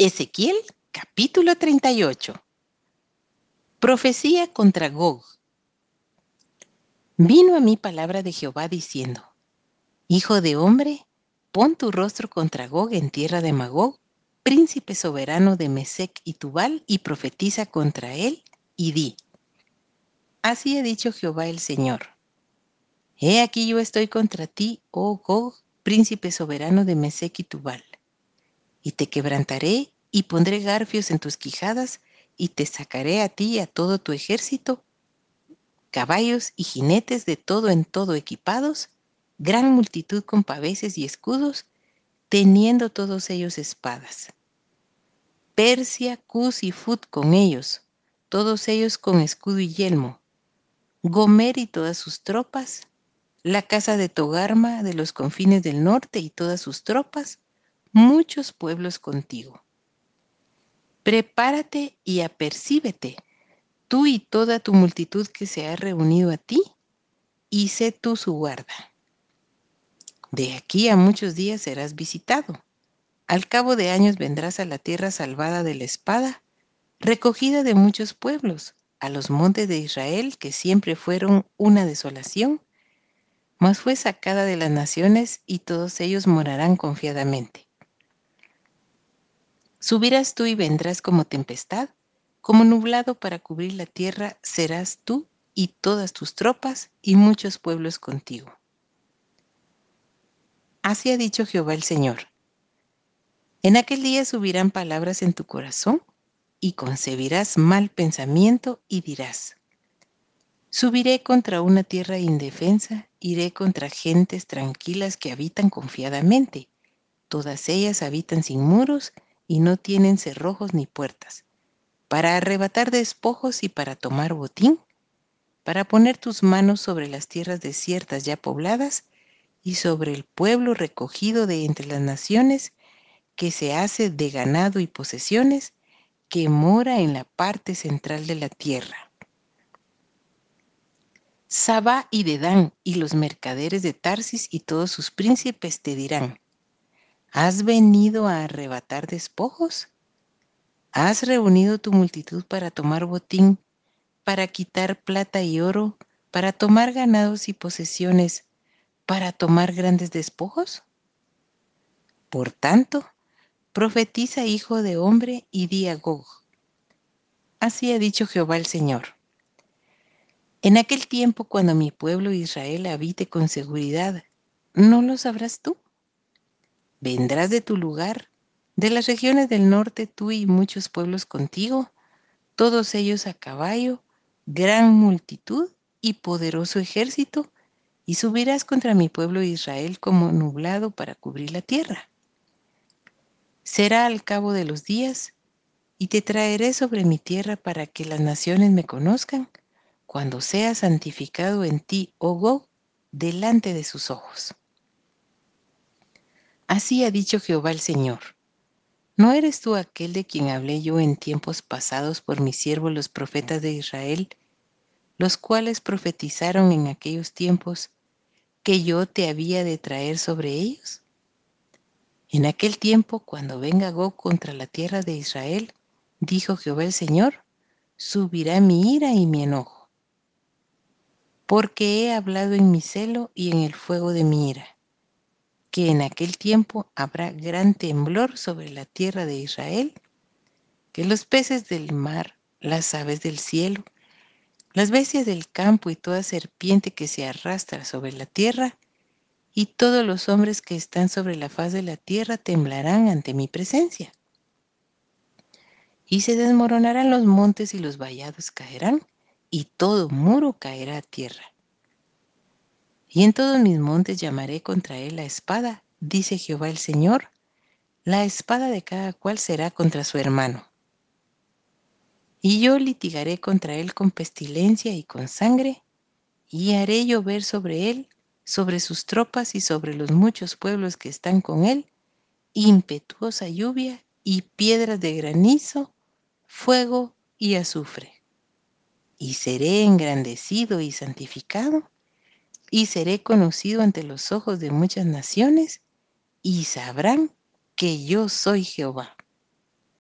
Ezequiel, capítulo 38. Profecía contra Gog. Vino a mí palabra de Jehová diciendo: Hijo de hombre, pon tu rostro contra Gog en tierra de Magog, príncipe soberano de Mesec y Tubal, y profetiza contra él, y di: Así ha dicho Jehová el Señor: He aquí yo estoy contra ti, oh Gog, príncipe soberano de Mesec y Tubal, y te quebrantaré y pondré garfios en tus quijadas, y te sacaré a ti y a todo tu ejército, caballos y jinetes de todo en todo equipados, gran multitud con paveses y escudos, teniendo todos ellos espadas. Persia, Cus y Fut con ellos, todos ellos con escudo y yelmo. Gomer y todas sus tropas, la casa de Togarma de los confines del norte y todas sus tropas, muchos pueblos contigo. Prepárate y apercíbete, tú y toda tu multitud que se ha reunido a ti, y sé tú su guarda. De aquí a muchos días serás visitado. Al cabo de años vendrás a la tierra salvada de la espada, recogida de muchos pueblos, a los montes de Israel, que siempre fueron una desolación, mas fue sacada de las naciones, y todos ellos morarán confiadamente. Subirás tú y vendrás como tempestad, como nublado para cubrir la tierra serás tú y todas tus tropas y muchos pueblos contigo. Así ha dicho Jehová el Señor: En aquel día subirán palabras en tu corazón, y concebirás mal pensamiento, y dirás: Subiré contra una tierra indefensa, iré contra gentes tranquilas que habitan confiadamente. Todas ellas habitan sin muros y no tienen cerrojos ni puertas, para arrebatar despojos y para tomar botín, para poner tus manos sobre las tierras desiertas ya pobladas y sobre el pueblo recogido de entre las naciones, que se hace de ganado y posesiones, que mora en la parte central de la tierra. Sabá y Dedán y los mercaderes de Tarsis y todos sus príncipes te dirán: ¿Has venido a arrebatar despojos? ¿Has reunido tu multitud para tomar botín, para quitar plata y oro, para tomar ganados y posesiones, para tomar grandes despojos? Por tanto, profetiza, hijo de hombre, y di a Gog: Así ha dicho Jehová el Señor: En aquel tiempo, cuando mi pueblo Israel habite con seguridad, ¿no lo sabrás tú? Vendrás de tu lugar, de las regiones del norte, tú y muchos pueblos contigo, todos ellos a caballo, gran multitud y poderoso ejército, y subirás contra mi pueblo Israel como nublado para cubrir la tierra. Será al cabo de los días, y te traeré sobre mi tierra para que las naciones me conozcan, cuando sea santificado en ti, oh Gog, delante de sus ojos. Así ha dicho Jehová el Señor: ¿No eres tú aquel de quien hablé yo en tiempos pasados por mis siervos los profetas de Israel, los cuales profetizaron en aquellos tiempos que yo te había de traer sobre ellos? En aquel tiempo, cuando venga Gog contra la tierra de Israel, dijo Jehová el Señor, subirá mi ira y mi enojo, porque he hablado en mi celo y en el fuego de mi ira, que en aquel tiempo habrá gran temblor sobre la tierra de Israel, que los peces del mar, las aves del cielo, las bestias del campo y toda serpiente que se arrastra sobre la tierra, y todos los hombres que están sobre la faz de la tierra temblarán ante mi presencia. Y se desmoronarán los montes y los vallados caerán, y todo muro caerá a tierra. Y en todos mis montes llamaré contra él la espada, dice Jehová el Señor, la espada de cada cual será contra su hermano. Y yo litigaré contra él con pestilencia y con sangre, y haré llover sobre él, sobre sus tropas y sobre los muchos pueblos que están con él, impetuosa lluvia y piedras de granizo, fuego y azufre. Y seré engrandecido y santificado, y seré conocido ante los ojos de muchas naciones, y sabrán que yo soy Jehová.